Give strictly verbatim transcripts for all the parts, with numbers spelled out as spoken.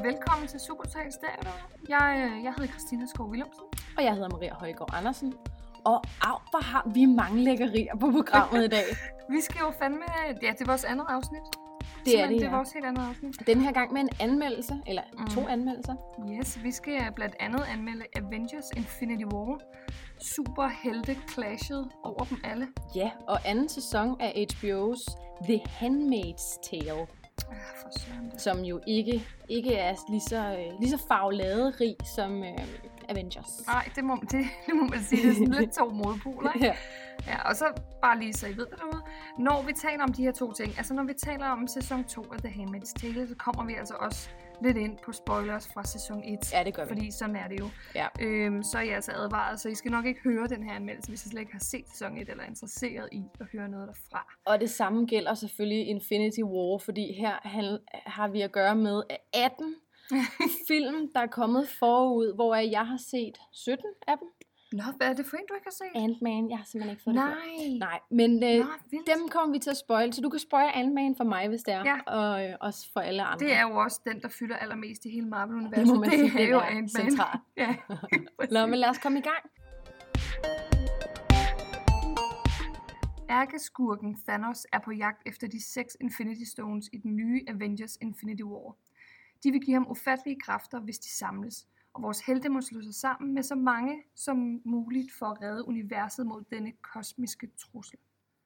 Velkommen til Supertal Stereo. Jeg, jeg hedder Christina Skov Willumsen. Og jeg hedder Maria Højgaard Andersen. Og af, hvor har vi mange lækkerier på programmet i dag. Vi skal jo fandme... Ja, det er vores andet afsnit. Det er det, Det er ja. vores helt andet afsnit. Den her gang med en anmeldelse, eller mm. to anmeldelser. Yes, vi skal blandt andet anmelde Avengers Infinity War. Superhelte clashet over dem alle. Ja, og anden sæson af H B O's The Handmaid's Tale. Ja, for søren det. Som jo ikke, ikke er lige så, øh, lige så farveladerig som øh, Avengers. Nej, det må, det, det må man sige. Det er sådan lidt to modpoler, ikke? Ja. Ja, og så bare lige så I ved det derude. Når vi taler om de her to ting, altså når vi taler om sæson to af The Handmaid's Tale, så kommer vi altså også lidt ind på spoilers fra sæson et. Ja, det gør vi. Fordi sådan er det jo. Ja. Øhm, så er I altså advaret, så I skal nok ikke høre den her anmeldelse, hvis I slet ikke har set sæson et, eller er interesseret i at høre noget derfra. Og det samme gælder selvfølgelig Infinity War, fordi her han, har vi at gøre med atten film, der er kommet forud, hvor jeg har set sytten af dem. Nå, hvad er det for en, du ikke har set? Ant-Man, jeg har simpelthen ikke fået Nej. det før. Nej, men øh, Nå, vildt. dem kommer vi til at spoil, så du kan spoile Ant-Man for mig, hvis det er, Ja. og øh, også for alle andre. Det er jo også den, der fylder allermest i hele Marvel-universet. Det må man sige, er den jo er Ant-Man. central. Ja, Nå, men lad os komme i gang. Ærkeskurken Thanos er på jagt efter de seks Infinity Stones i den nye Avengers Infinity War. De vil give ham ufattelige kræfter, hvis de samles, og vores helte må slå sig sammen med så mange som muligt for at redde universet mod denne kosmiske trussel.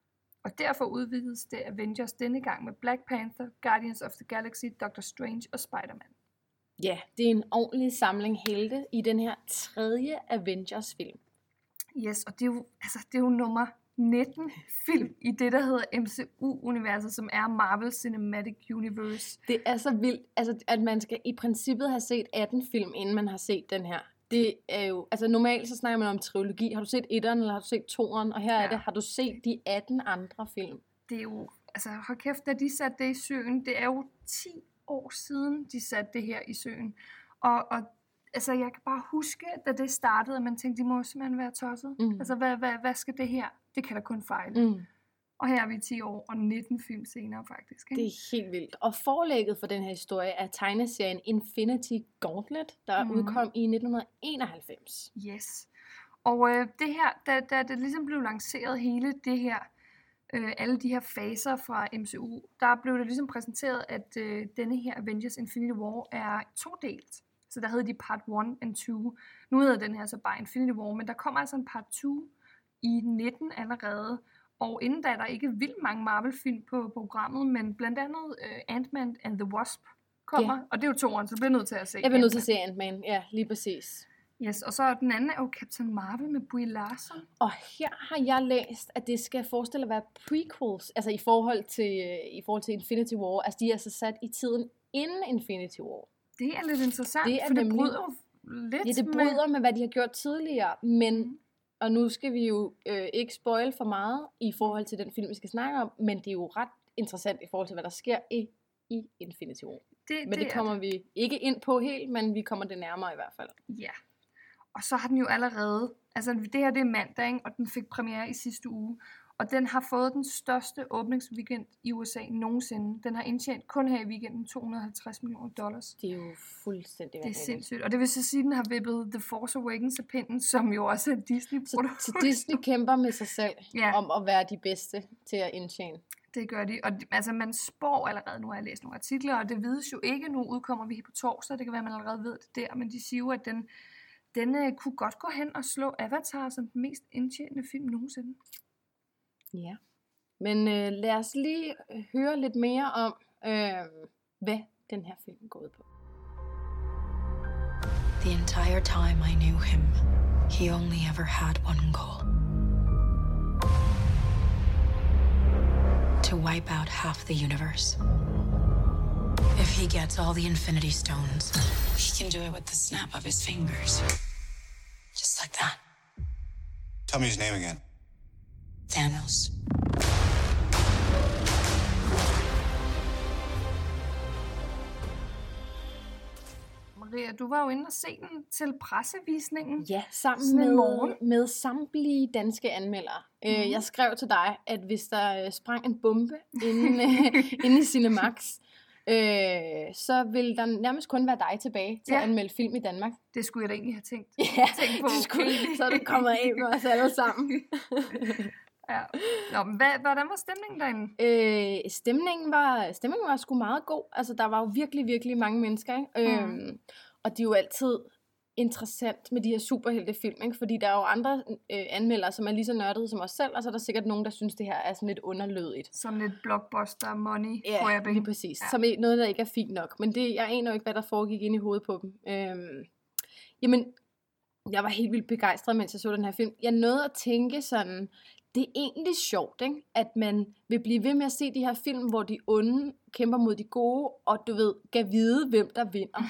Og derfor udvides det Avengers denne gang med Black Panther, Guardians of the Galaxy, Doctor Strange og Spider-Man. Ja, det er en ordentlig samling helte i den her tredje Avengers-film. Yes, og det er jo, altså, det er jo nummer nitten film i det, der hedder M C U-universet, som er Marvel Cinematic Universe. Det er så vildt, altså, at man skal i princippet have set atten film, inden man har set den her. Det er jo, altså normalt så snakker man om trilogi. Har du set etteren, eller har du set toeren? Og her ja. er det, har du set de atten andre film? Det er jo, altså hold kæft, da de satte det i søen, det er jo ti år siden, de satte det her i søen. Og, og altså, jeg kan bare huske, da det startede, at man tænkte, de må simpelthen være tosset. Mm. Altså, hvad, hvad, hvad skal det her? Det kan da kun fejle. Mm. Og her er vi ti år og nitten film senere, faktisk. Ikke? Det er helt vildt. Og forlægget for den her historie er tegneserien Infinity Gauntlet, der mm. udkom i nitten enoghalvfems. Yes. Og øh, det her, da, da det ligesom blev lanceret hele det her, øh, alle de her faser fra M C U, der blev det ligesom præsenteret, at øh, denne her Avengers Infinity War er todelt. Så der hed de part one and two. Nu hedder den her så bare Infinity War, men der kommer altså en part to i nitten allerede. Og inden da er der ikke vildt mange Marvel-film på programmet, men blandt andet uh, Ant-Man and the Wasp kommer. Yeah. Og det er jo toeren, så du bliver nødt til at se Jeg bliver nødt til at se Ant-Man, ja, lige præcis. Yes, og så den anden er jo Captain Marvel med Brie Larson. Og her har jeg læst, at det skal forestille at være prequels, altså i forhold til, i forhold til Infinity War. Altså de er så sat i tiden inden Infinity War. Det er lidt interessant, det er for nemlig, det bryder jo lidt ja, det bryder med... med, hvad de har gjort tidligere, men, mm. og nu skal vi jo øh, ikke spoil for meget i forhold til den film, vi skal snakke om, men det er jo ret interessant i forhold til, hvad der sker i, i Infinity War. Det, men det, det kommer det. vi ikke ind på helt, men vi kommer det nærmere i hvert fald. Ja, og så har den jo allerede, altså det her det er mandag, ikke? Og den fik premiere i sidste uge, og den har fået den største åbningsweekend i U S A nogensinde. Den har indtjent kun her i weekenden to hundrede og halvtreds millioner dollars. Det er jo fuldstændig Det er sindssygt. Og det vil så sige, at den har vippet The Force Awakens af pinden, som jo også er Disney-produktion. Så, så Disney kæmper med sig selv ja. om at være de bedste til at indtjene. Det gør de. Og altså, man spår allerede, nu har jeg læst nogle artikler, og det vides jo ikke, nu udkommer vi på torsdag, det kan være, at man allerede ved det der, men de siger jo, at den, den uh, kunne godt gå hen og slå Avatar som den mest indtjenende film nogensinde. Ja, men øh, lad os lige høre lidt mere om, øh, hvad den her film går ud på. The entire time I knew him, he only ever had one goal. To wipe out half the universe. If he gets all the Infinity Stones, he can do it with the snap of his fingers. Just like that. Tell me his name again. Thanos. Maria, du var jo inde og se den til pressevisningen. Ja, sammen med, med samtlige danske anmeldere. Mm. Øh, jeg skrev til dig, at hvis der sprang en bombe inde, inde i Cinemax, øh, så vil der nærmest kun være dig tilbage til ja. at anmelde film i Danmark. Det skulle jeg da egentlig have tænkt. Ja, tænkt på, det skulle, så er du kommet af med os alle sammen. Ja. Nå, men hvad, hvordan var stemningen derinde? Øh, stemningen, var, stemningen var sgu meget god. Altså, der var jo virkelig, virkelig mange mennesker, ikke? Mm. Øhm, og det er jo altid interessant med de her superheltefilm, ikke? Fordi der er jo andre øh, anmeldere, som er lige så nørdede som os selv, og så er der sikkert nogen, der synes, det her er sådan lidt underlødigt. Som lidt blockbuster money. Ja, lige præcis. Ja. Som er noget, der ikke er fint nok. Men det, jeg aner jo ikke, hvad der foregik ind i hovedet på dem. Øhm, jamen, jeg var helt vildt begejstret, mens jeg så den her film. Jeg nåede at tænke sådan, det er egentlig sjovt, ikke? At man vil blive ved med at se de her film, hvor de onde kæmper mod de gode, og du ved, kan vide, hvem der vinder.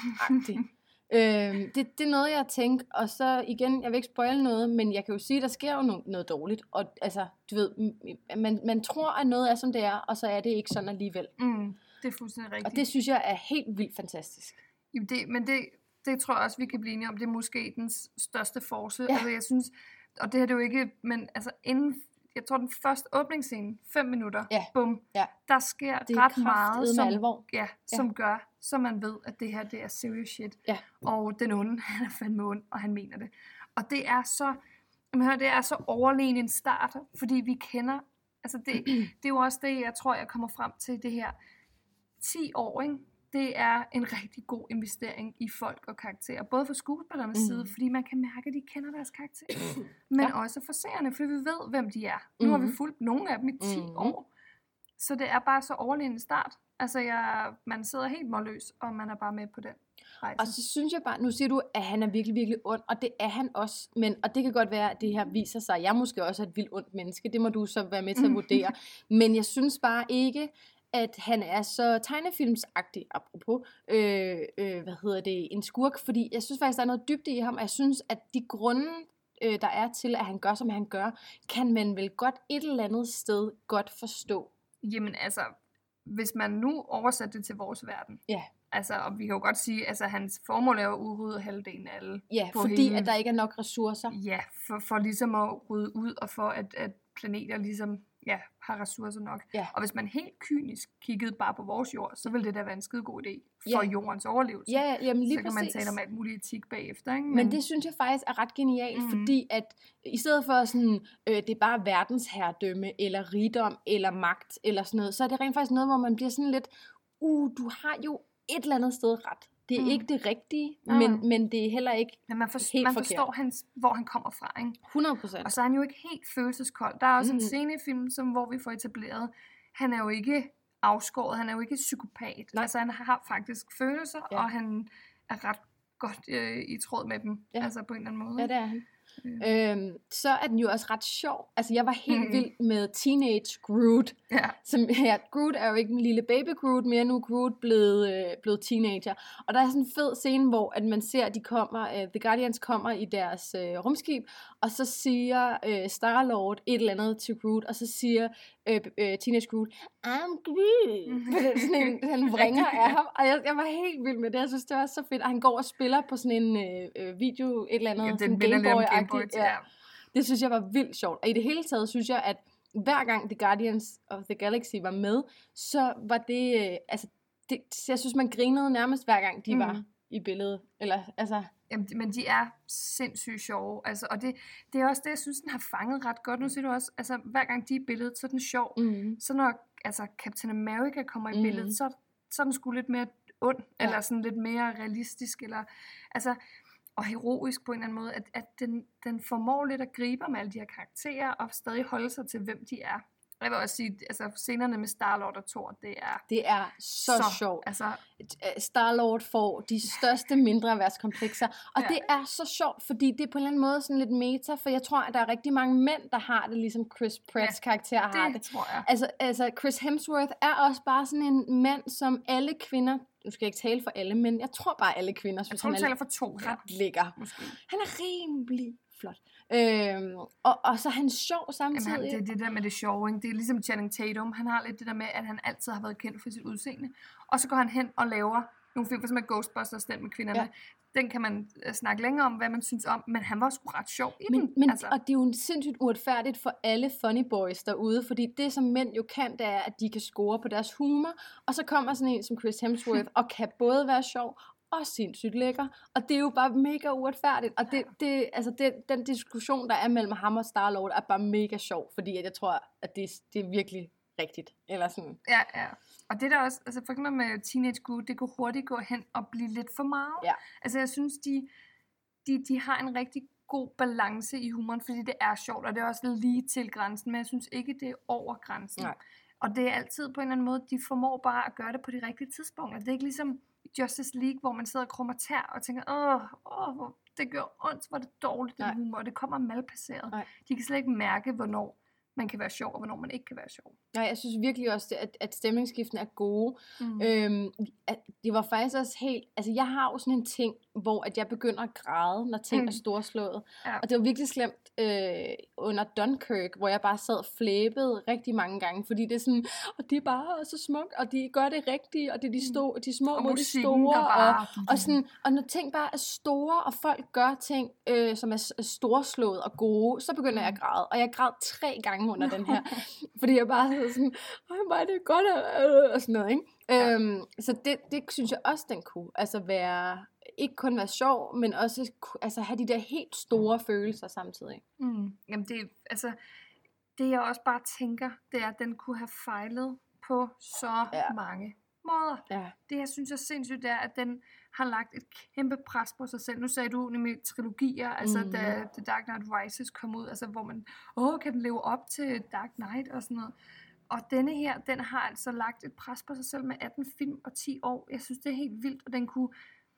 øhm, det, det er noget, jeg tænker, og så igen, jeg vil ikke spoile noget, men jeg kan jo sige, at der sker jo noget, noget dårligt, og altså, du ved, man, man tror, at noget er, som det er, og så er det ikke sådan alligevel. Mm, det er fuldstændig rigtigt. Og det synes jeg er helt vildt fantastisk. Jamen det, men det, det tror jeg også, vi kan blive enige om, det er måske den største force. Ja. Altså jeg synes, og det her det er jo ikke, men altså inden, jeg tror den første åbningsscene, fem minutter, ja. bum, ja. der sker ret meget, som, alvor. Ja, som ja. gør, så man ved, at det her, det er serious shit. Ja. Og den onde, han er fandme ond, og han mener det. Og det er så, jamen, det er så overlegen en start, fordi vi kender, altså det, det er jo også det, jeg tror, jeg kommer frem til det her ti år, ikke? Det er en rigtig god investering i folk og karakterer. Både for skuespillernes mm. side, fordi man kan mærke, at de kender deres karakterer. Men ja. også for seerne, fordi vi ved, hvem de er. Nu mm. har vi fulgt nogle af dem i ti mm. år. Så det er bare så overlegnende start. Altså, jeg, man sidder helt målløs, og man er bare med på den rejse. Og så synes jeg bare, nu siger du, at han er virkelig, virkelig ond, og det er han også. Men, og det kan godt være, at det her viser sig. Jeg måske også er et vildt ondt menneske. Det må du så være med til at vurdere. Men jeg synes bare ikke, at han er så tegnefilmsagtig, apropos, øh, øh, hvad hedder det, en skurk, fordi jeg synes faktisk, der er noget dybde i ham, og jeg synes, at de grunde, øh, der er til, at han gør, som han gør, kan man vel godt et eller andet sted godt forstå. Jamen altså, hvis man nu oversætter det til vores verden, ja. altså, og vi kan jo godt sige, altså hans formål er at udrydde halvdelen af alle. Ja, fordi hele, at der ikke er nok ressourcer. Ja, for, for ligesom at rydde ud, og for at, at planeter ligesom ja, har ressourcer nok. Ja. Og hvis man helt kynisk kiggede bare på vores jord, så ville det da være en skide god idé for ja. jordens overlevelse. Ja, jamen lige så kan præcis. man tale om alt muligt etik bagefter. Ikke? Men, Men det synes jeg faktisk er ret genialt, mm. fordi at i stedet for sådan, øh, det er bare verdensherredømme, eller rigdom, eller magt, eller sådan noget, så er det rent faktisk noget, hvor man bliver sådan lidt, uh, du har jo et eller andet sted ret. Det er mm. ikke det rigtige, mm. men, men det er heller ikke men man, for, helt man forstår, hans, hvor han kommer fra. Ikke? hundrede procent. Og så er han jo ikke helt følelseskold. Der er også mm. en scene i filmen, som, hvor vi får etableret, han er jo ikke afskåret, han er jo ikke psykopat. Nej. Altså han har faktisk følelser, ja. og han er ret godt øh, i tråd med dem. Ja. Altså på en eller anden måde. Ja, det er han. Ja. Øhm, så er den jo også ret sjov. Altså jeg var helt mm. vild med Teenage Groot. Ja. Som, ja, Groot er jo ikke en lille baby Groot mere, nu er Groot blevet, øh, blevet teenager. Og der er sådan en fed scene, hvor at man ser, at de kommer, uh, The Guardians kommer i deres øh, rumskib, og så siger øh, Star-Lord et eller andet til Groot, og så siger øh, øh, Teenage Groot, I'm Groot. Mm. Sådan en, han vringer af ham, og jeg, jeg var helt vild med det. Jeg synes, det var så fedt, og han går og spiller på sådan en øh, video, et eller andet, ja, sådan Game Boy. Ja. Det synes jeg var vildt sjovt. Og i det hele taget synes jeg, at hver gang The Guardians of the Galaxy var med, så var det, altså, det, jeg synes, man grinede nærmest hver gang de mm. var i billedet. Eller, altså... Jamen, men de er sindssygt sjove. Altså, og det, det er også det, jeg synes, den har fanget ret godt. Nu siger du også, altså, hver gang de er i billedet, så er den sjov. Mm. Så når altså, Captain America kommer i mm. billedet, så, så er den sgu lidt mere ond, ja. eller sådan lidt mere realistisk, eller, altså... og heroisk på en eller anden måde, at, at den, den formår lidt at gribe med alle de her karakterer, og stadig holde sig til, hvem de er. Jeg vil også sige, altså scenerne med Star-Lord og Thor, det er... Det er så, så sjovt. Altså, Star-Lord får de største mindre værtskomplekser, og ja. det er så sjovt, fordi det er på en eller anden måde sådan lidt meta, for jeg tror, at der er rigtig mange mænd, der har det, ligesom Chris Pratts ja, karakter har det. det tror jeg. Altså, altså, Chris Hemsworth er også bare sådan en mand, som alle kvinder... Nu skal jeg ikke tale for alle, men jeg tror bare alle kvinder synes, jeg tror, han er for to, ret lækker. Måske. Han er rimelig flot. Øhm, og, og så er han sjov samtidig. Jamen, det er det der med det sjove, ikke? Det er ligesom Channing Tatum. Han har lidt det der med, at han altid har været kendt for sit udseende. Og så går han hen og laver nogle film, for eksempel Ghostbusters, den med kvinderne. Ja. Den kan man uh, snakke længere om, hvad man synes om, men han var sgu ret sjov i Men, den. men, altså. Og det er jo sindssygt uretfærdigt for alle funny boys derude, fordi det, som mænd jo kan, det er, at de kan score på deres humor, og så kommer sådan en som Chris Hemsworth, og kan både være sjov og sindssygt lækker, og det er jo bare mega uretfærdigt, og det, det, altså det, den diskussion, der er mellem ham og Star-Lord, er bare mega sjov, fordi at jeg tror, at det, det er virkelig rigtigt, eller sådan. Ja, ja. Og det der også, altså for eksempel med Teenage Groot, det kunne hurtigt gå hen og blive lidt for meget. Ja. Altså jeg synes, de, de, de har en rigtig god balance i humoren, fordi det er sjovt, og det er også lige til grænsen, men jeg synes ikke, det er over grænsen. Nej. Og det er altid på en eller anden måde, de formår bare at gøre det på de rigtige tidspunkter. Det er ikke ligesom Justice League, hvor man sidder og krummer tær og tænker, åh, åh hvor det gør ondt, hvor det er dårligt, den humor, og det kommer malplaceret. Nej. De kan slet ikke mærke, hvornår man kan være sjov, og hvornår man ikke kan være sjov. Nej, jeg synes virkelig også, at, at stemningsskiftene er gode. Mm. Øhm, at det var faktisk også helt... Altså, jeg har jo sådan en ting, hvor at jeg begynder at græde, når ting mm. er storslået. Ja. Og det var virkelig slemt øh, under Dunkirk, hvor jeg bare sad og flæbede rigtig mange gange, fordi det er sådan, og det er bare så smukt, og de gør det rigtigt, og det er de, sto- de små og mod de store, bare... og, og, sådan, og når ting bare er store, og folk gør ting, øh, som er storslået og gode, så begynder mm. jeg at græde. Og jeg græd tre gange under den her, fordi jeg bare sådan, sådan ej, bare det er godt, og, og sådan noget, ikke? Ja. Øhm, så det, det synes jeg også, den kunne, altså være, ikke kun være sjov, men også altså have de der helt store følelser samtidig. Mm. Jamen det, altså, det jeg også bare tænker, det er, at den kunne have fejlet på så ja. mange måder. Ja. Det jeg synes er sindssygt, det er, at den har lagt et kæmpe pres på sig selv. Nu sagde du nemlig trilogier, altså mm. da The Dark Knight Rises kom ud, altså hvor man, åh, kan den leve op til Dark Knight og sådan noget. Og denne her, den har altså lagt et pres på sig selv med atten film og ti år. Jeg synes, det er helt vildt, og den kunne,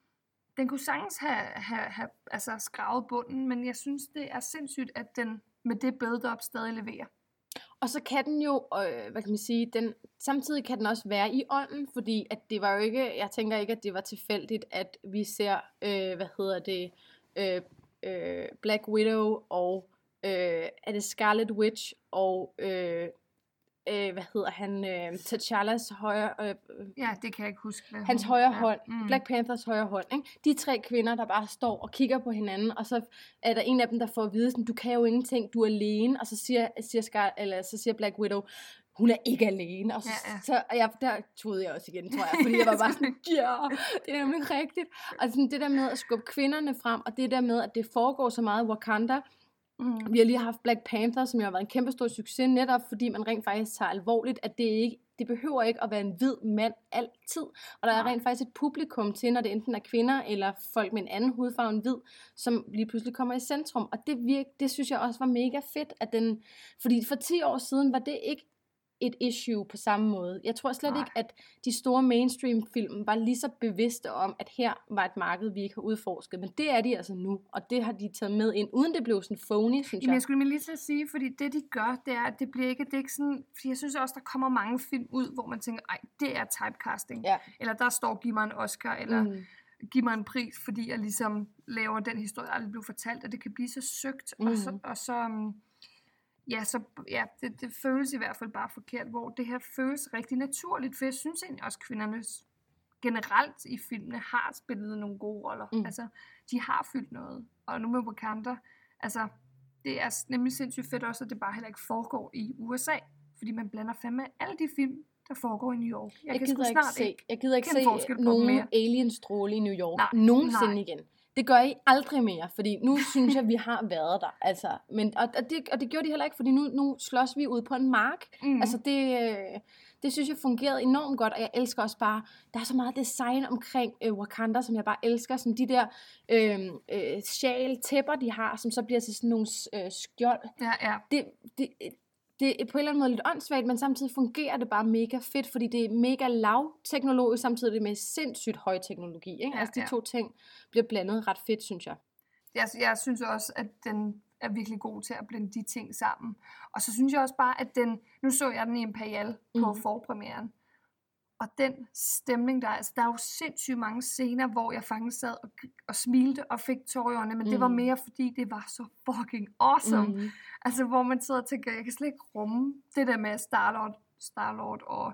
den kunne sagtens have, have, have altså, skravet bunden, men jeg synes, det er sindssygt, at den med det build-up stadig leverer. Og så kan den jo, øh, hvad kan man sige, den, samtidig kan den også være i ånden, fordi at det var jo ikke, jeg tænker ikke, at det var tilfældigt, at vi ser, øh, hvad hedder det, øh, øh, Black Widow og, øh, er det Scarlet Witch og, øh, Øh, hvad hedder han, øh, T'Challas højre, øh, ja, det kan jeg ikke huske. Hans højre hånd, mm. Black Panthers højre hånd, ikke? De tre kvinder, der bare står og kigger på hinanden, og så er der en af dem, der får at vide, sådan, du kan jo ingenting, du er alene, og så siger, siger, Scar, eller, så siger Black Widow, hun er ikke alene, og så, ja, ja. så og jeg, der troede jeg også igen, tror jeg, fordi jeg var bare sådan, ja, det er nemlig rigtigt, og sådan, det der med at skubbe kvinderne frem, og det der med, at det foregår så meget i Wakanda. Mm. Vi har lige haft Black Panther, som jo har været en kæmpe stor succes, netop fordi man rent faktisk tager alvorligt, at det ikke, det behøver ikke at være en hvid mand altid. Og der er rent faktisk et publikum til, når det enten er kvinder eller folk med en anden hudfarve end hvid, som lige pludselig kommer i centrum. Og det, virke, det synes jeg også var mega fedt, at den, fordi for ti år siden var det ikke et issue på samme måde. Jeg tror slet Nej. ikke, at de store mainstream-film var lige så bevidste om, at her var et marked, vi ikke har udforsket. Men det er de altså nu, og det har de taget med ind, uden det blev sådan phony, synes jeg. Jamen, jeg skulle lige til at sige, fordi det de gør, det er, at det bliver ikke, det er ikke sådan, fordi jeg synes også, der kommer mange film ud, hvor man tænker, ej, det er typecasting. Ja. Eller der står, giv mig en Oscar, eller mm. giv mig en pris, fordi jeg ligesom laver den historie, der aldrig blev fortalt, og det kan blive så søgt, mm. og så... Og så Ja, så ja, det, det føles i hvert fald bare forkert, hvor det her føles rigtig naturligt, for jeg synes egentlig også, at kvinderne generelt i filmene har spillet nogle gode roller. Mm. Altså, de har fyldt noget. Og nu med Wakanda, altså, det er nemlig sindssygt fedt også, at det bare heller ikke foregår i U S A, fordi man blander fandme alle de film, der foregår i New York. Jeg, jeg kan gider sgu snart ikke se, jeg gider ikke se nogen nogen alienstråle i New York nej, nogensinde nej. igen. Det gør I aldrig mere, fordi nu synes jeg, vi har været der. Altså, men, og, og, det, og det gjorde de heller ikke, fordi nu, nu slås vi ud på en mark. Mm. Altså det, det synes jeg fungerede enormt godt, og jeg elsker også bare, der er så meget design omkring øh, Wakanda, som jeg bare elsker. Sådan de der øh, øh, sjal-tæpper, de har, som så bliver til sådan nogle øh, skjold. Ja, ja. Det, det, det er på en eller anden måde lidt åndssvagt, men samtidig fungerer det bare mega fedt, fordi det er mega lavteknologisk, samtidig det med sindssygt høj teknologi. Ikke? Ja, altså de ja. to ting bliver blandet ret fedt, synes jeg. jeg. Jeg synes også, at den er virkelig god til at blende de ting sammen. Og så synes jeg også bare, at den, nu så jeg den i Imperial på mm. forpremieren, og den stemning der, altså der er jo sindssygt mange scener, hvor jeg faktisk sad og, og smilte og fik tårer i øjnene, men mm. det var mere fordi, det var så fucking awesome. Mm. Altså hvor man sidder og tænker, jeg kan slet ikke rumme det der med Star-Lord, Star-Lord og,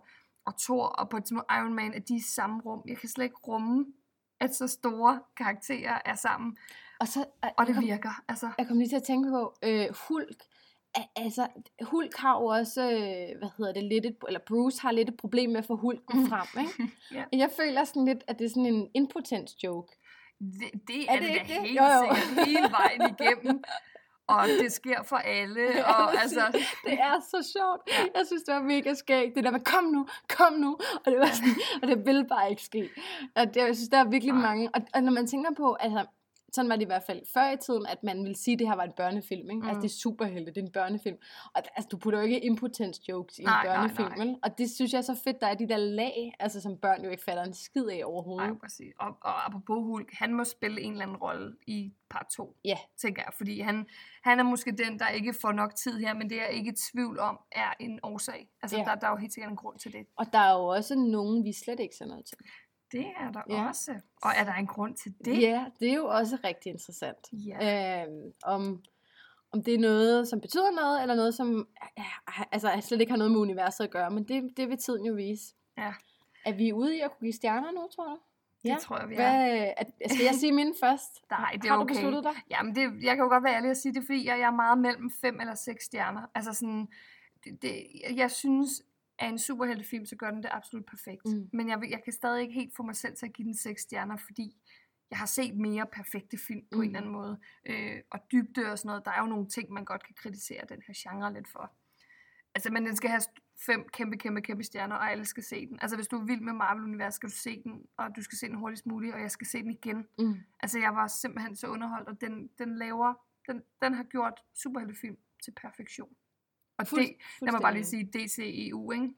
og Thor og på et tidspunkt Iron Man, at de er i samme rum. Jeg kan slet ikke rumme, at så store karakterer er sammen. Og, så, Og det jeg kom, virker. Altså, Jeg kom lige til at tænke på, øh, Hulk, al- altså, Hulk har jo også, øh, hvad hedder det, lidt et, eller Bruce har lidt et problem med at få Hulk gå frem, ikke? Ja. Jeg føler sådan lidt, at det er sådan en impotens joke. det, det er, Er er det det da ikke det? helt Jo, jo. sikkert hele vejen igennem. Og det sker for alle. Og altså, Det er så sjovt. Jeg synes, det var mega skægt. Det der med, kom nu, kom nu. Og det var sådan, og det ville bare ikke ske. Og det, jeg synes, der er virkelig Nej. mange. Og, og når man tænker på, altså, sådan var det i hvert fald før i tiden, at man ville sige, at det her var en børnefilm. Ikke? Mm. Altså, det er superhelte, det er en børnefilm. Og altså, du putter jo ikke impotens jokes i Nej, en nej, børnefilm. nej. Vel? Og det synes jeg er så fedt, der er de der lag, altså, som børn jo ikke fatter en skid af nej, overhovedet. præcis. Og, og apropos Hulk, han må spille en eller anden rolle i part to, Ja. tænker jeg. Fordi han, han er måske den, der ikke får nok tid her, men det er jeg ikke i tvivl om, er en årsag. Altså, Ja. der, der er jo helt sikkert en grund til det. Og der er jo også nogen, vi slet ikke ser noget til. Det er der Ja. også. Og er der en grund til det? Ja, det er jo også rigtig interessant. Ja. Øhm, om, om det er noget, som betyder noget, eller noget, som ja, altså, slet ikke har noget med universet at gøre, men det, det vil tiden jo vise. Ja. Er vi ude i at kunne give stjerner nu, tror du? Det tror jeg, vi er. Hvad, at, skal jeg sige mine først? Nej, det er har okay. du besluttet dig? Jamen, det, jeg kan jo godt være ærlig at sige det, fordi jeg, jeg er meget mellem fem eller seks stjerner. Altså sådan, det, det, jeg synes, at en superheltefilm, så gør den det absolut perfekt. Mm. Men jeg, vil- jeg kan stadig ikke helt få mig selv til at give den seks stjerner, fordi jeg har set mere perfekte film på Mm. en eller anden måde. Øh, og dybde og sådan noget. Der er jo nogle ting, man godt kan kritisere den her genre lidt for. Altså, men den skal have fem kæmpe, kæmpe, kæmpe stjerner, og alle skal se den. Altså, hvis du er vild med Marvel-universet, skal du se den, og du skal se den hurtigst muligt, og jeg skal se den igen. Mm. Altså, jeg var simpelthen så underholdt, og den, den laver, den, den har gjort superheltefilm til perfektion. Og Fuld- det, lad mig bare lige fuldstændig. sige D C E U, ikke?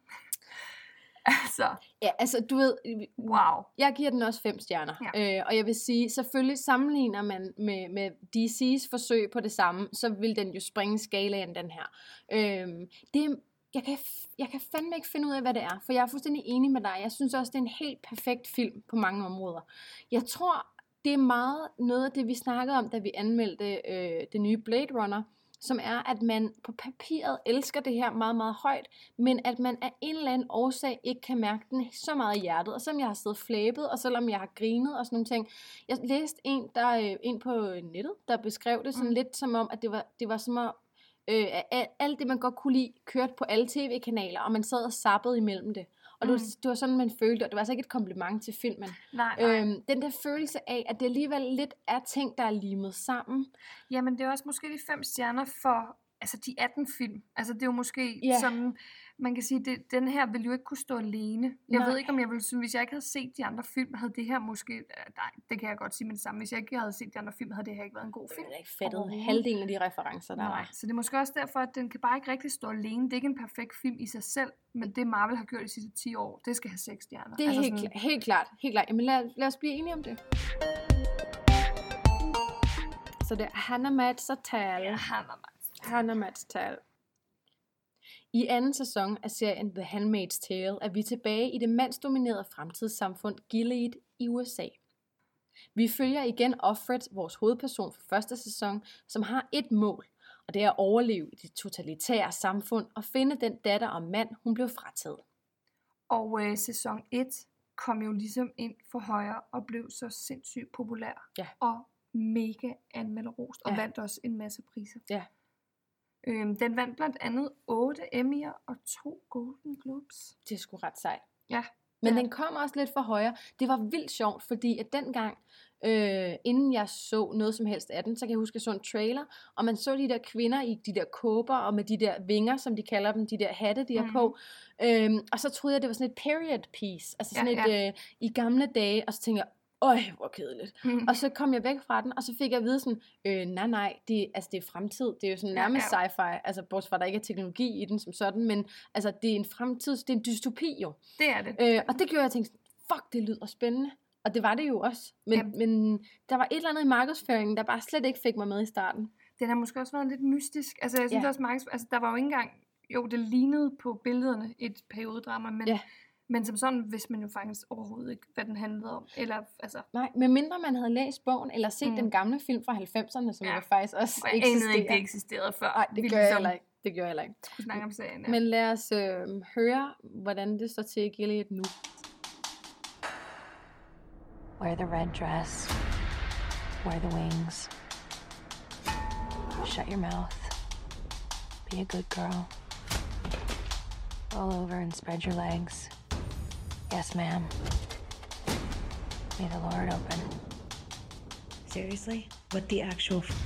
altså, Ja, altså du ved, wow. jeg giver den også fem stjerner. Ja. Øh, og jeg vil sige, selvfølgelig sammenligner man med, med D C's forsøg på det samme, så vil den jo springe skalaen, den her. Øh, det er, jeg, kan, jeg kan fandme ikke finde ud af, hvad det er, for jeg er fuldstændig enig med dig. Jeg synes også, det er en helt perfekt film på mange områder. Jeg tror, det er meget noget af det, vi snakkede om, da vi anmeldte øh, det nye Blade Runner, som er, at man på papiret elsker det her meget, meget højt, men at man af en eller anden årsag ikke kan mærke den så meget i hjertet. Og selvom jeg har siddet flæbet, og selvom jeg har grinet og sådan nogle ting. Jeg læste en, der øh, ind på nettet, der beskrev det sådan Mm. lidt som om, at det var, det var som om, øh, at alt det, man godt kunne lide, kørte på alle tv-kanaler, og man sad og zappede imellem det. Og det, var, Mm. det var sådan, man følte, og det var altså ikke et kompliment til filmen. Nej, nej. Øhm, den der følelse af, at det alligevel lidt er ting, der er limet sammen. Jamen, det er også måske de fem stjerner for altså de atten film. Altså, det er jo måske Ja. sådan, man kan sige, det, den her ville jo ikke kunne stå alene. Jeg Nej. ved ikke, om jeg ville synes, hvis jeg ikke havde set de andre film, havde det her måske, øh, nej, det kan jeg godt sige med det samme, hvis jeg ikke havde set de andre film, havde det her ikke været en god Jeg film. har ikke fattet Overhovedet. halvdelen af de referencer, der Nej, var. så det er måske også derfor, at den kan bare ikke rigtig stå alene. Det er ikke en perfekt film i sig selv, men det Marvel har gjort de sidste ti år, det skal have seks stjerner. Det er altså helt, kla- helt klart. Helt klart. Jamen lad, lad os blive enige om det. Så det er Hannah Mats og Tal. Ja, han er meget. Hannah Mats Tal. I anden sæson af serien The Handmaid's Tale er vi tilbage i det mandsdominerede fremtidssamfund Gilead i U S A. Vi følger igen Offred, vores hovedperson for første sæson, som har et mål, og det er at overleve i det totalitære samfund og finde den datter og mand, hun blev frataget. Og øh, sæson et kom jo ligesom ind for højre og blev så sindssygt populær. Ja. Og mega anmelderost og Ja. vandt også en masse priser. Ja. Øhm, den vandt blandt andet otte Emmy'er og to Golden Globes. Det er sgu ret sejt. Ja. Men Ja. den kom også lidt for højre. Det var vildt sjovt, fordi at dengang, øh, inden jeg så noget som helst af den, så kan jeg huske, at jeg så en trailer, og man så de der kvinder i de der kåber, og med de der vinger, som de kalder dem, de der hatte, de har Mhm. på. Øhm, og så troede jeg, det var sådan et period piece, altså sådan Ja, et øh, i gamle dage, og så tænkte jeg, øj, hvor kedeligt. Mm. Og så kom jeg væk fra den, og så fik jeg at vide sådan, øh, nej, nej, det, altså, det er fremtid. Det er jo sådan Ja, nærmest ja. sci-fi, altså bortset fra, at der ikke er teknologi i den som sådan, men altså, det er en fremtid, det er en dystopi jo. Det er det. Øh, og det gjorde jeg, jeg tænkte, fuck, det lyder spændende. Og det var det jo også. Men, Jamen. men der var et eller andet i markedsføringen, der bare slet ikke fik mig med i starten. Den har måske også været lidt mystisk. Altså, jeg synes Ja. også, Marcus, altså, der var jo ikke engang, jo, det lignede på billederne et periodedrama, men, Ja. men som sådan vidste man jo faktisk overhovedet ikke, hvad den handlede om. Eller, altså, Nej, medmindre man havde læst bogen, eller set Mm. mm. den gamle film fra halvfemserne, som Ja. ja. jo faktisk også og jeg anede eksisterer. ikke, det eksisterede før. Nej, det vi gør jeg ligesom heller ikke. Det det gjorde jeg heller ikke. Vi snakker om serien, ja. Men lad os øh, høre, hvordan det står til i Gilead nu. Wear the red dress. Wear the wings. Shut your mouth. Be a good girl. Roll over and spread your legs. Yes, ma'am. May the Lord open. Seriously? What the actual... F-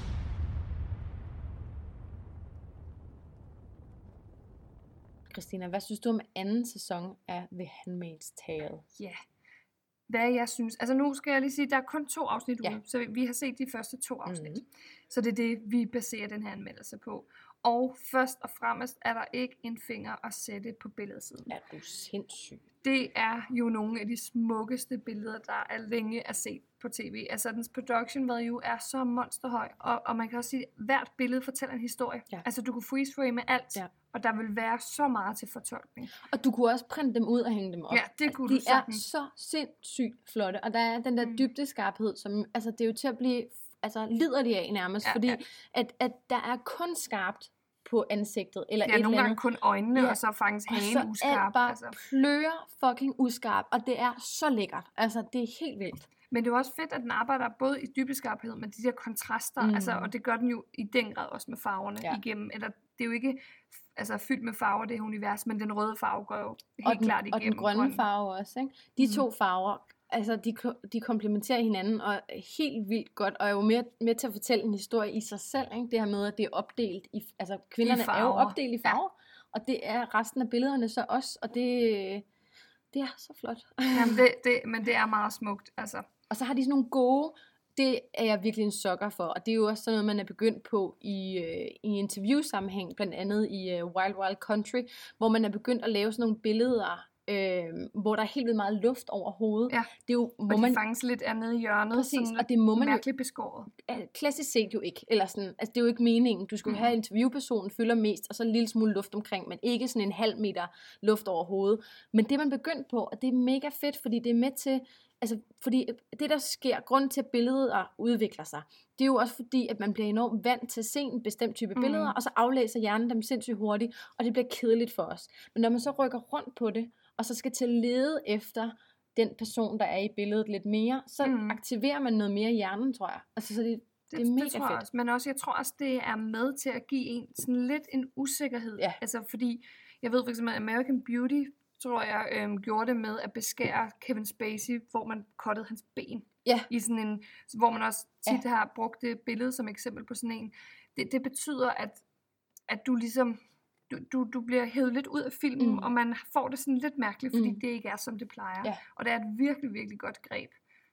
Christina, hvad synes du om anden sæson af The Handmaid's Tale? Ja. Yeah. Hvad jeg synes, altså nu skal jeg lige sige, der er kun to afsnit ude, Ja. så vi, vi har set de første to afsnit. Mhm. Så det er det, vi baserer den her anmeldelse på. Og først og fremmest er der ikke en finger at sætte på billedsiden. Er du sindssyg? Det er jo nogle af de smukkeste billeder, der er længe er set på tv. Altså, dens production value er så monsterhøj, og, og man kan også sige, at hvert billede fortæller en historie. Ja. Altså, du kunne freeze-frame alt, Ja. og der vil være så meget til fortolkning. Og du kunne også printe dem ud og hænge dem op. Ja, det kunne de du er sagtens. så sindssygt flotte, og der er den der Mm. dybdeskarphed, som, altså det er jo til at blive, altså lider de af nærmest, Ja, fordi ja. At, at der er kun skarpt på ansigtet, eller Ja, et nogle eller gange andet. kun øjnene, Ja. og så faktisk Og hagen så er uskarp. bare Altså. plører fucking uskarp, og det er så lækkert. Altså, det er helt vildt. Men det er jo også fedt, at den arbejder både i dybdeskarphed med de der kontraster, Mm. altså, og det gør den jo i den grad også med farverne Ja. igennem. Eller, det er jo ikke altså, fyldt med farver, det her univers, men den røde farve går jo helt og den, klart og igennem. den grønne grøn. farve også, ikke? De Mm. to farver, altså de, ko- de komplementerer hinanden, og er helt vildt godt, og er jo med, med til at fortælle en historie i sig selv, ikke? Det her med, at det er opdelt i, altså kvinderne er jo farver. opdelt i farver, ja. Og det er resten af billederne så også, og det, det er så flot. Jamen, det, det, men det er meget smukt, altså. Og så har de sådan nogle gode, det er jeg virkelig en sukker for, og det er jo også sådan noget, man er begyndt på i, øh, i interviewsammenhæng, blandt andet i øh, Wild Wild Country, hvor man er begyndt at lave sådan nogle billeder, øh, hvor der er helt vildt meget luft over hovedet. Ja. Det er jo, Og må de man, faktisk lidt er nede i hjørnet, præcis, sådan og det må man jo mærkeligt beskåret. øh, klassisk set jo ikke, eller sådan, altså det er jo ikke meningen, du skulle Mhm. have interviewpersonen fylder mest, og så en lille smule luft omkring, men ikke sådan en halv meter luft over hovedet. Men det er man begyndt på, og det er mega fedt, fordi det er med til, altså fordi det der sker, grund til at billeder udvikler sig, det er jo også fordi, at man bliver enormt vant til at se en bestemt type Mhm. billeder, og så aflæser hjernen dem sindssygt hurtigt, og det bliver kedeligt for os. Men når man så rykker rundt på det, og så skal til at lede efter den person, der er i billedet lidt mere, så Mhm. aktiverer man noget mere i hjernen, tror jeg. Altså, så det, Det, det er mega det tror jeg fedt. også. Men også, jeg tror også, det er med til at give en sådan lidt en usikkerhed. Ja. Altså, fordi jeg ved for eksempel, American Beauty, tror jeg, øhm, gjorde det med at beskære Kevin Spacey, hvor man cuttede hans ben. Ja. I sådan en, hvor man også tit Ja. har brugt det billede som eksempel på sådan en. Det, det betyder, at, at du ligesom, du, du, du bliver hævet lidt ud af filmen, Mm. mm. og man får det sådan lidt mærkeligt, fordi Mm. mm. det ikke er, som det plejer. Ja. Og det er et virkelig, virkelig godt greb,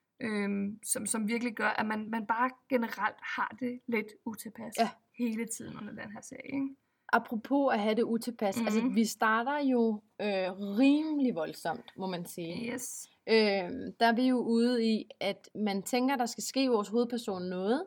øhm, som, som virkelig gør, at man, man bare generelt har det lidt utilpas Ja. hele tiden under den her serie. Ikke? Apropos at have det utilpas, mm-hmm. altså Mhm. vi starter jo øh, rimelig voldsomt, må man sige. Yes. Øh, der er vi jo ude i, at man tænker, der skal ske i vores hovedperson noget,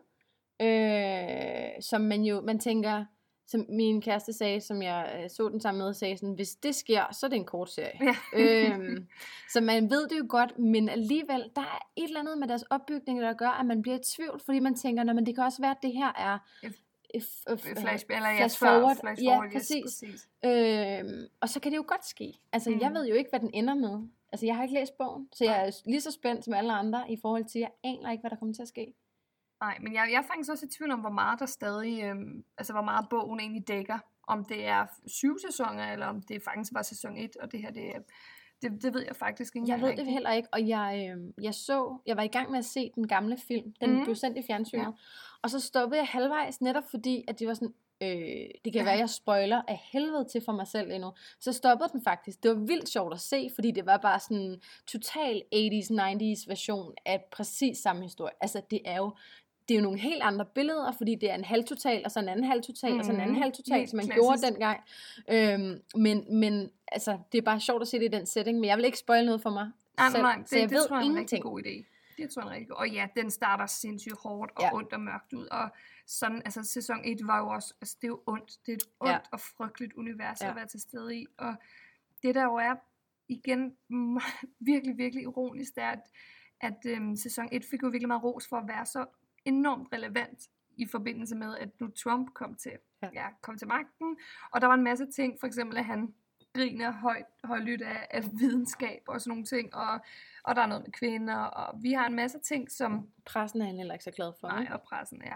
øh, som man jo, man tænker, som min kæreste sagde, som jeg øh, så den sammen med, sagde sådan, hvis det sker, så er det en kort serie. Ja. øhm, så man ved det jo godt, men alligevel, der er et eller andet med deres opbygning, der gør, at man bliver i tvivl, fordi man tænker, nej, men det kan også være, at det her er F- Flash, eller ja, flash før, forward. flash Ja, forward, yes, præcis. præcis. Øhm, og så kan det jo godt ske. Altså, mm. jeg Mm. ved jo ikke, hvad den ender med. Altså, jeg har ikke læst bogen, så jeg er lige så spændt som alle andre i forhold til, at jeg aner ikke, hvad der kommer til at ske. Nej, men jeg, jeg er faktisk også i tvivl om, hvor meget der stadig, øhm, altså hvor meget bogen egentlig dækker. Om det er syv sæsoner, eller om det faktisk var sæson et, og det her, det, er- det, det ved jeg faktisk ikke Jeg engang ved det rigtigt. heller ikke, og jeg, øh, jeg så, jeg var i gang med at se den gamle film, den mm. Mhm. blev sendt i fjernsynet, Ja. og så stoppede jeg halvvejs, netop fordi, at det var sådan, øh, det kan Ja. være, jeg spoiler af helvede til for mig selv endnu, så stoppede den faktisk. Det var vildt sjovt at se, fordi det var bare sådan en total eighties, nineties version af præcis samme historie. Altså, det er jo, det er jo nogle helt andre billeder, fordi det er en halvtotal, og så en anden halvtotal, mm. og så en anden Mhm. halvtotal, Helt som man klassisk. gjorde dengang. Øhm, men, men altså, det er bare sjovt at se det i den setting, men jeg vil ikke spoil noget for mig Nej, selv, nej, det, så jeg det ved tror jeg er en rigtig ingenting. god idé. Det tror jeg er en rigtig god. Og ja, den starter sindssygt hårdt og Ja. ja. ondt og mørkt ud. Og sådan, altså sæson et var jo også, altså det er jo ondt. Det er et ondt Ja. ja. og frygteligt univers Ja. at være til stede i. Og det der jo er, igen, virkelig, virkelig ironisk, det er, at, at øhm, sæson et fik jo virkelig meget ros for at være så enormt relevant i forbindelse med, at nu Trump kom til ja. Ja, kom til magten. Og der var en masse ting, for eksempel at han griner højt, højlydt af, af videnskab og sådan nogle ting, og, og der er noget med kvinder, og vi har en masse ting, som... Pressen er han heller ikke så glad for. Nej, og pressen, ja.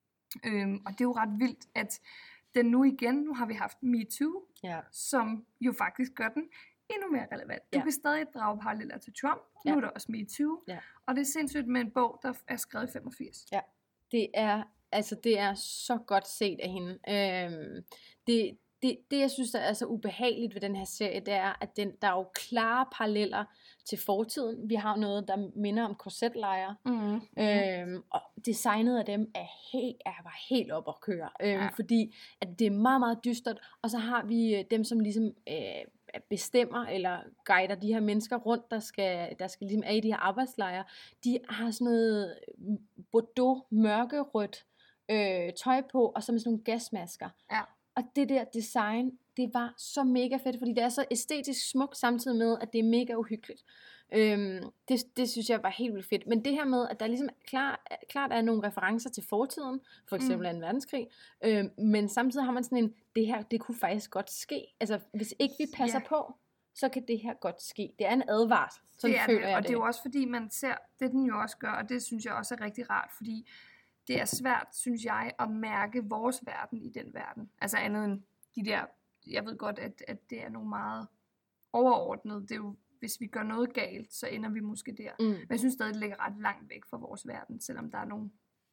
Øhm, og det er jo ret vildt, at den nu igen, nu har vi haft MeToo, ja. som jo faktisk gør den endnu mere relevant. Du ja. kan stadig drage paralleller til Trump, ja. nu er der også MeToo, ja. og det er sindssygt med en bog, der er skrevet i femogfirs. Ja, det er, altså det er så godt set af hende. Øhm, det, det, det, jeg synes, der er så ubehageligt ved den her serie, det er, at den, der er jo klare paralleller til fortiden. Vi har noget, der minder om korsetlejre, mm. øhm, og designet af dem er, helt, er var helt op at køre, øhm, ja. fordi at det er meget, meget dystert, og så har vi dem, som ligesom øh, bestemmer eller guider de her mennesker rundt, der skal, der skal ligesom er i de her arbejdslejre. De har sådan noget bordeaux, mørkerødt øh, tøj på, og så med sådan nogle gasmasker. Ja. Og det der design, det var så mega fedt, fordi det er så æstetisk smukt, samtidig med, at det er mega uhyggeligt. Øhm, det, det synes jeg var helt vildt fedt. Men det her med, at der ligesom klar, klart er nogle referencer til fortiden, for eksempel mm. anden verdenskrig, øhm, men samtidig har man sådan en, det her, det kunne faktisk godt ske. Altså, hvis ikke vi passer yeah. på, så kan det her godt ske. Det er en advarsel, sådan det er føler det, jeg og det. det er jo også fordi, man ser, det den jo også gør, og det synes jeg også er rigtig rart, fordi det er svært, synes jeg, at mærke vores verden i den verden. Altså andet end de der, jeg ved godt, at, at det er nogle meget overordnet. Det er jo, hvis vi gør noget galt, så ender vi måske der. Mm. Men jeg synes stadig, det ligger ret langt væk fra vores verden, selvom der er nogle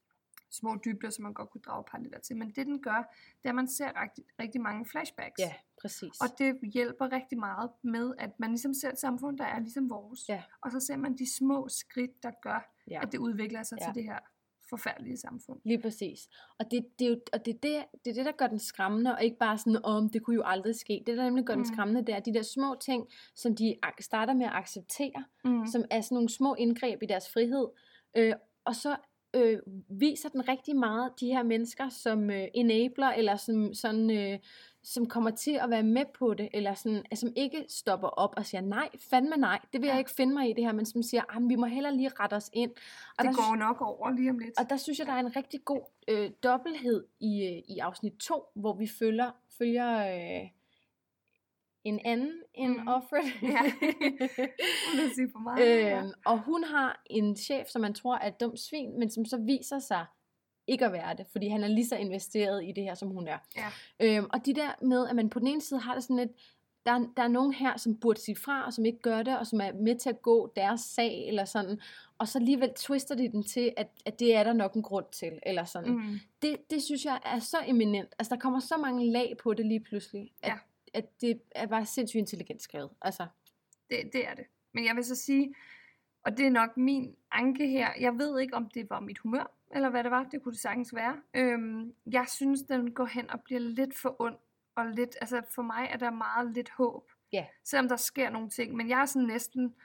små dybder, som man godt kunne drage paralleller til. Men det den gør, det er, at man ser rigtig, rigtig mange flashbacks. Ja, præcis. Og det hjælper rigtig meget med, at man ligesom ser et samfund, der er ligesom vores. Ja. Og så ser man de små skridt, der gør, ja. at det udvikler sig ja. til det her forfærdelige samfund. Lige præcis. Og det, det er jo og det, det, det er det, der gør den skræmmende, og ikke bare sådan, om det kunne jo aldrig ske. Det, der nemlig gør mm. den skræmmende, det er de der små ting, som de starter med at acceptere, mm. som er sådan nogle små indgreb i deres frihed, øh, og så øh, viser den rigtig meget de her mennesker, som øh, enabler, eller som sådan... Øh, som kommer til at være med på det, eller sådan, altså, som ikke stopper op og siger, nej, fandme nej, det vil ja. jeg ikke finde mig i det her, men som siger, vi må heller lige rette os ind. Og det der, går nok over lige om lidt. Og der synes jeg, der er en rigtig god øh, dobbelthed i, i afsnit to, hvor vi følger, følger øh, en anden end mm. offeret. Ja, hun vil sige for meget. øh, ja. Og hun har en chef, som man tror er et dumt svin, men som så viser sig ikke at være det, fordi han er lige så investeret i det her, som hun er. Ja. Øhm, og de der med, at man på den ene side har det sådan lidt, der, der er nogen her, som burde sige fra, og som ikke gør det, og som er med til at gå deres sag, eller sådan, og så alligevel twister de den til, at, at det er der nok en grund til, eller sådan. Mm. Det, det synes jeg er så eminent. Altså, der kommer så mange lag på det lige pludselig, at, ja. at det er bare sindssygt intelligent skrevet. Altså. Det, det er det. Men jeg vil så sige, og det er nok min anke her, jeg ved ikke, om det var mit humør, eller hvad det var, det kunne det sagtens være. Øhm, jeg synes, den går hen og bliver lidt for ond, og lidt, altså for mig er der meget lidt håb. Yeah. Selvom der sker nogle ting, men jeg er sådan næsten,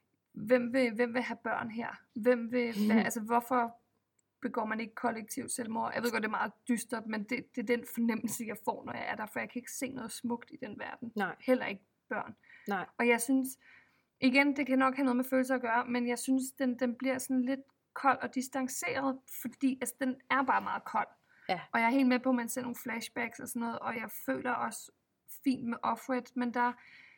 hvem vil, hvem vil have børn her? Hvem vil, hvad, altså hvorfor begår man ikke kollektivt selvmord? Jeg ved godt, det er meget dystert, men det, det er den fornemmelse, jeg får, når jeg er der, for jeg kan ikke se noget smukt i den verden. Nej. Heller ikke børn. Nej. Og jeg synes, igen, det kan nok have noget med følelser at gøre, men jeg synes, den, den bliver sådan lidt kold og distanceret, fordi altså, den er bare meget kold. Ja. Og jeg er helt med på, at man ser nogle flashbacks og sådan noget, og jeg føler også fint med Offred, men der,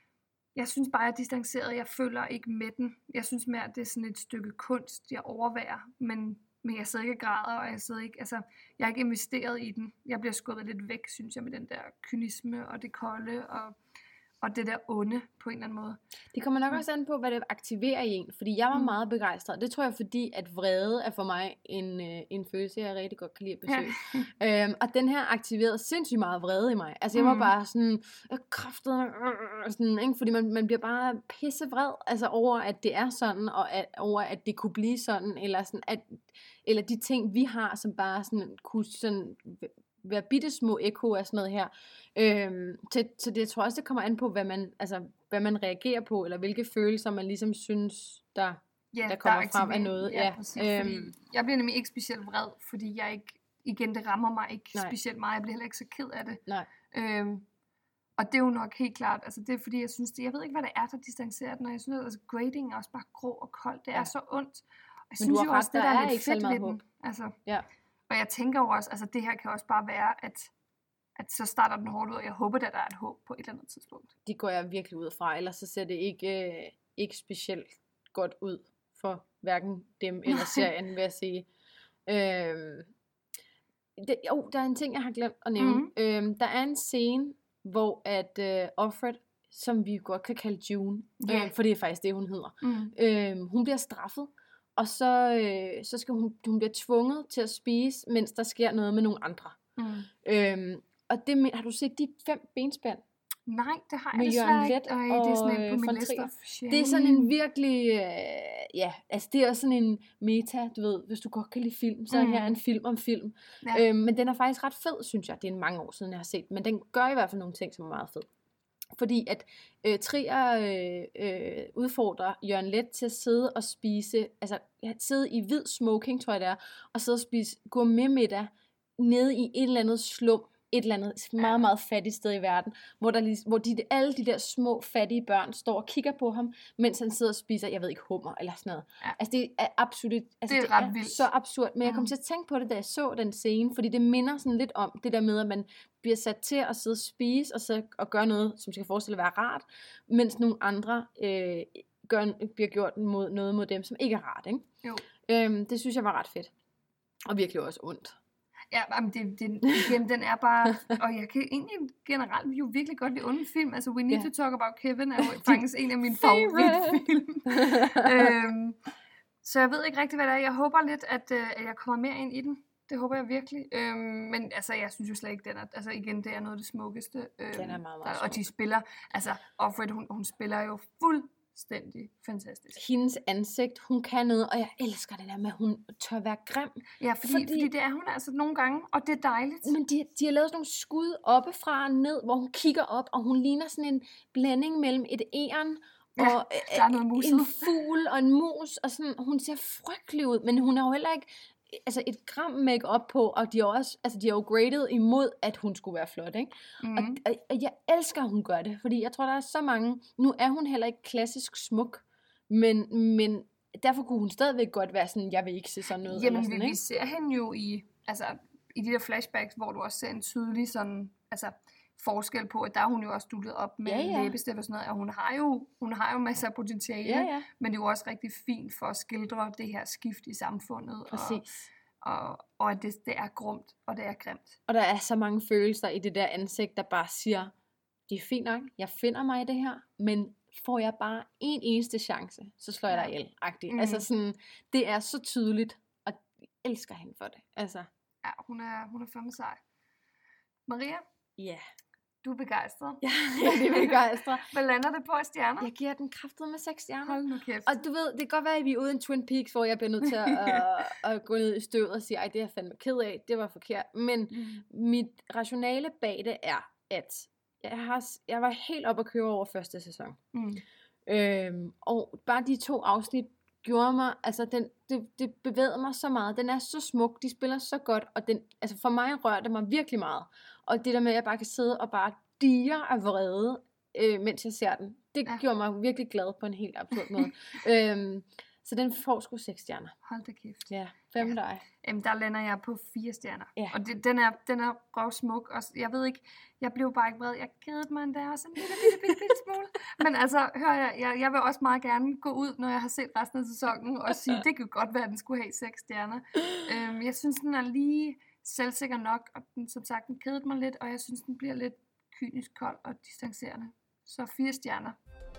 jeg synes bare, jeg er distanceret, jeg føler ikke med den. Jeg synes mere, at det er sådan et stykke kunst, jeg overværer, men, men jeg sidder ikke og græder, og jeg sidder ikke, altså, jeg er ikke investeret i den. Jeg bliver skubbet lidt væk, synes jeg, med den der kynisme og det kolde, og og det der onde på en eller anden måde. Det kommer nok også an på, hvad det aktiverer i en. Fordi jeg var mm. meget begejstret. Det tror jeg, fordi at vrede er for mig en, øh, en følelse, jeg rigtig godt kan lide at besøge. Ja. øhm, og den her aktiverede sindssygt meget vrede i mig. Altså jeg var mm. bare sådan, kraftet, øh, sådan, ikke? Fordi man, man bliver bare pissevred altså, over, at det er sådan, og at, over, at det kunne blive sådan, eller, sådan, at, eller de ting, vi har, som bare sådan, kunne sådan... være bittesmå ekko af sådan noget her. Øhm, så, så det jeg tror også, det kommer an på, hvad man, altså, hvad man reagerer på, eller hvilke følelser man ligesom synes, der, ja, der kommer der frem af noget. Ja, ja. præcis, øhm, jeg bliver nemlig ikke specielt vred, fordi jeg ikke, igen, det rammer mig ikke nej. specielt meget. Jeg bliver heller ikke så ked af det. Nej. Øhm, og det er jo nok helt klart, altså det er fordi, jeg synes det, jeg ved ikke, hvad det er, der distancerer den, og jeg synes, at altså, grading er også bare grå og koldt. Det ja. er så ondt. Og jeg Men synes du har jo ret, også, det der der er er lidt ikke fedt meget ved håb. den. Altså, ja. Og jeg tænker jo også, altså det her kan også bare være, at at så starter den hårdt ud, og jeg håber, at der er et håb på et eller andet tidspunkt. Det går jeg virkelig ud fra, ellers så ser det ikke, øh, ikke specielt godt ud for hverken dem eller serien, vil jeg sige. Øhm, det, jo, der er en ting, jeg har glemt at nævne. Mm-hmm. Øhm, der er en scene, hvor at øh, Offred, som vi godt kan kalde June, yeah. øh, for det er faktisk det, hun hedder, mm. øhm, hun bliver straffet, og så, øh, så skal hun, hun bliver tvunget til at spise, mens der sker noget med nogle andre. Mm. Øhm, og det, har du set de fem benspænd? Nej, det har jeg med desværre ikke. Ej, det er sådan en på min liste. Det er sådan en virkelig, øh, ja, altså det er sådan en meta, du ved, hvis du godt kan lide film, så mm. her er en film om film. Ja. Øhm, men den er faktisk ret fed, synes jeg. Det er mange år siden, jeg har set, men den gør i hvert fald nogle ting, som er meget fed. Fordi at øh, Trier øh, øh, udfordrer Jørgen Leth til at sidde og spise, altså sidde i hvid smoking, tror jeg det er, og sidde og spise gourmet-middag nede i et eller andet slum, et eller andet meget, meget fattigt sted i verden, hvor, der, hvor de, alle de der små, fattige børn står og kigger på ham, mens han sidder og spiser, jeg ved ikke, hummer eller sådan noget. Ja. Altså det er absolut, altså det er, det ret er vildt. Så absurd. Men jeg kom til at tænke på det, da jeg så den scene, fordi det minder sådan lidt om det der med, at man bliver sat til at sidde og spise, og, så, og gøre noget, som skal forestille at være rart, mens nogle andre øh, gør, bliver gjort mod, noget mod dem, som ikke er rart. Ikke? Jo. Øhm, det synes jeg var ret fedt. Og virkelig også ondt. Ja, men det, det, igen, den er bare, og jeg kan egentlig generelt jo virkelig godt lide onde film. Altså, We Need yeah. to Talk About Kevin er jo faktisk en af mine favoritfilm. øhm, så jeg ved ikke rigtig, hvad det er. Jeg håber lidt, at, øh, at jeg kommer mere ind i den. Det håber jeg virkelig. Øhm, men altså, jeg synes jo slet ikke, den er, altså igen, det er noget af det smukkeste. Øhm, den er meget, meget der, og de spiller, altså, Offred, hun, hun spiller jo fuld fuldstændig fantastisk. Hendes ansigt, hun kan noget, og jeg elsker det der med, at hun tør være grim. Ja, fordi, fordi, fordi det er hun altså nogle gange, og det er dejligt. Men de, de har lavet sådan nogle skud oppefra og ned, hvor hun kigger op, og hun ligner sådan en blanding mellem et æren ja, og der er noget muset. En fugl og en mus, og sådan, hun ser frygtelig ud, men hun har jo heller ikke altså et gram make-up på, og de har også, altså de har jo graded imod, at hun skulle være flot, ikke? Mm. Og, og, og jeg elsker, at hun gør det, fordi jeg tror, der er så mange, nu er hun heller ikke klassisk smuk, men, men derfor kunne hun stadigvæk godt være sådan, jeg vil ikke se sådan noget. Jamen, eller sådan, vi, ikke? vi ser hende jo i, altså, i de der flashbacks, hvor du også ser en tydelig sådan, altså, forskel på, at der er hun jo også duttet op med ja, ja. læbestift og sådan noget, og hun har jo, hun har jo masser af potentiale, ja, ja. men det er jo også rigtig fint for at skildre det her skift i samfundet. Præcis. Og, og, og at det, det er grumt, og det er grimt. Og der er så mange følelser i det der ansigt, der bare siger, det er fint nok, jeg finder mig i det her, men får jeg bare en eneste chance, så slår jeg dig ihjel. Mm. Altså sådan, det er så tydeligt, og jeg elsker hende for det. Altså. Ja, hun er, hun er fandme sej. Maria? Ja. Du er begejstret. Ja, jeg er begejstret. Hvad lander det på af stjerner? Jeg giver den kraftet med seks stjerner. Hold nu kæft. Og du ved, det kan godt være, at vi er ude i en Twin Peaks, hvor jeg bliver nødt til at, at, at gå ned i støvet og sige, ej, det er jeg fandme ked af, det var forkert. Men mm. mit rationale bag det er, at jeg, har, jeg var helt op at køre over første sæson. Mm. Øhm, og bare de to afsnit gjorde mig, altså den, det, det bevægede mig så meget. Den er så smuk, de spiller så godt, og den, altså for mig rørte det mig virkelig meget. Og det der med, at jeg bare kan sidde og bare dire af vrede, øh, mens jeg ser den, det ja. gjorde mig virkelig glad på en helt absurd måde. øhm, så den får sgu seks stjerner. Hold da kæft. Ja, hvem ja. dig? Jamen, der lander jeg på fire stjerner. Ja. Og det, den er, den er røvsmuk, og jeg ved ikke, jeg blev bare ikke vred. Jeg kedede mig endda også en lille, bitte, bitte, bitte smule. Men altså, hør jeg, jeg, jeg vil også meget gerne gå ud, når jeg har set resten af sæsonen, og sige, det kan godt være, at den skulle have seks stjerner. øhm, jeg synes, den er lige selvsikker nok, og den, som sagt, den kedede mig lidt, og jeg synes, den bliver lidt kynisk, kold og distancerende. Så fire stjerner.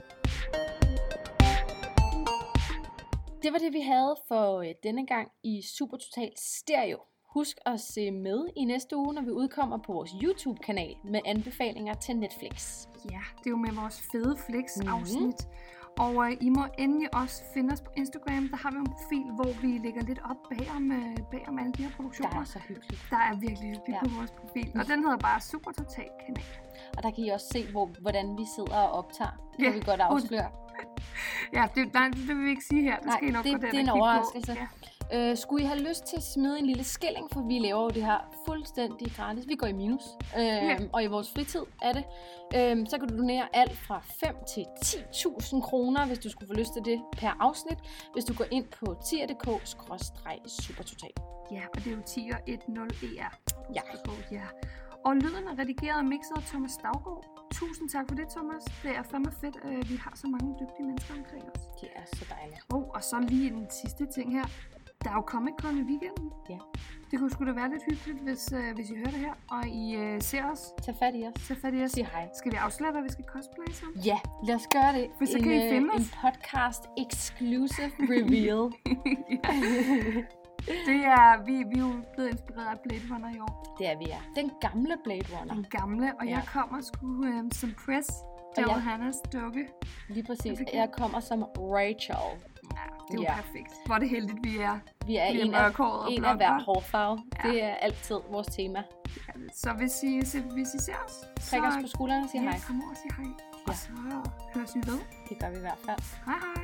Det var det, vi havde for øh, denne gang i Super Total Stereo. Husk at se med i næste uge, når vi udkommer på vores YouTube-kanal med anbefalinger til Netflix. Ja, det er jo med vores fede Flix-afsnit. Mm-hmm. Og øh, I må endelig også finde os på Instagram. Der har vi en profil, hvor vi lægger lidt op bagom, øh, bagom alle de her produktioner. Der er så hyggeligt. Der er virkelig hyggeligt ja. på vores profil. Og den hedder bare Super Total Kanal. Og der kan I også se, hvor, hvordan vi sidder og optager. Det ja. kan vi godt afsløre. Ja, det, nej, det vil vi ikke sige her. Det skal nej, I nok det, gå den det er en overraskelse. Ja. Øh, skulle I have lyst til at smide en lille skilling, for vi laver jo det her fuldstændig gratis. Vi går i minus, øh, ja. og i vores fritid er det. Øh, så kan du donere alt fra fem til ti tusind kroner, hvis du skulle få lyst til det per afsnit, hvis du går ind på tier punktum d k skråstreg supertotal. Ja, og det er jo tier et nul E R. Ja. ja. Og lyden er redigeret og mixet af Thomas Staugaard. Tusind tak for det, Thomas. Det er fandme fedt, at vi har så mange dygtige mennesker omkring os. Det er så dejligt. Oh, og så lige den sidste ting her. Der er jo Comic-Con i weekenden. Ja. Det kunne sgu da være lidt hyggeligt, hvis, øh, hvis I hører det her, og I øh, ser os. Tag fat i os. Tag fat i os. Sig hej. Skal vi afsløre, hvad vi skal cosplay som? Ja, lad os gøre det. For så en, kan I finde øh, os. En podcast exclusive reveal. Det er, vi, vi er jo blevet inspireret af Blade Runner i år. Det er vi, ja. Den gamle Blade Runner. Den gamle, og Ja. jeg kommer sgu øh, som Press. Og jeg- Johannas dukke. Lige præcis. Okay. Jeg kommer som Rachel. Ja, det er jo Ja. perfekt. Hvor er det heldigt, vi er. Vi er, Vi er en, af, mørkhårede og en af hver blonde. hårfarve. Ja. Det er altid vores tema. Så hvis I, så hvis I ser os, Træk så os på skulderen og sig ja, hej. kom over og sig hej. Ja. Og så høres vi ved. Det gør vi i hvert fald. Hej hej.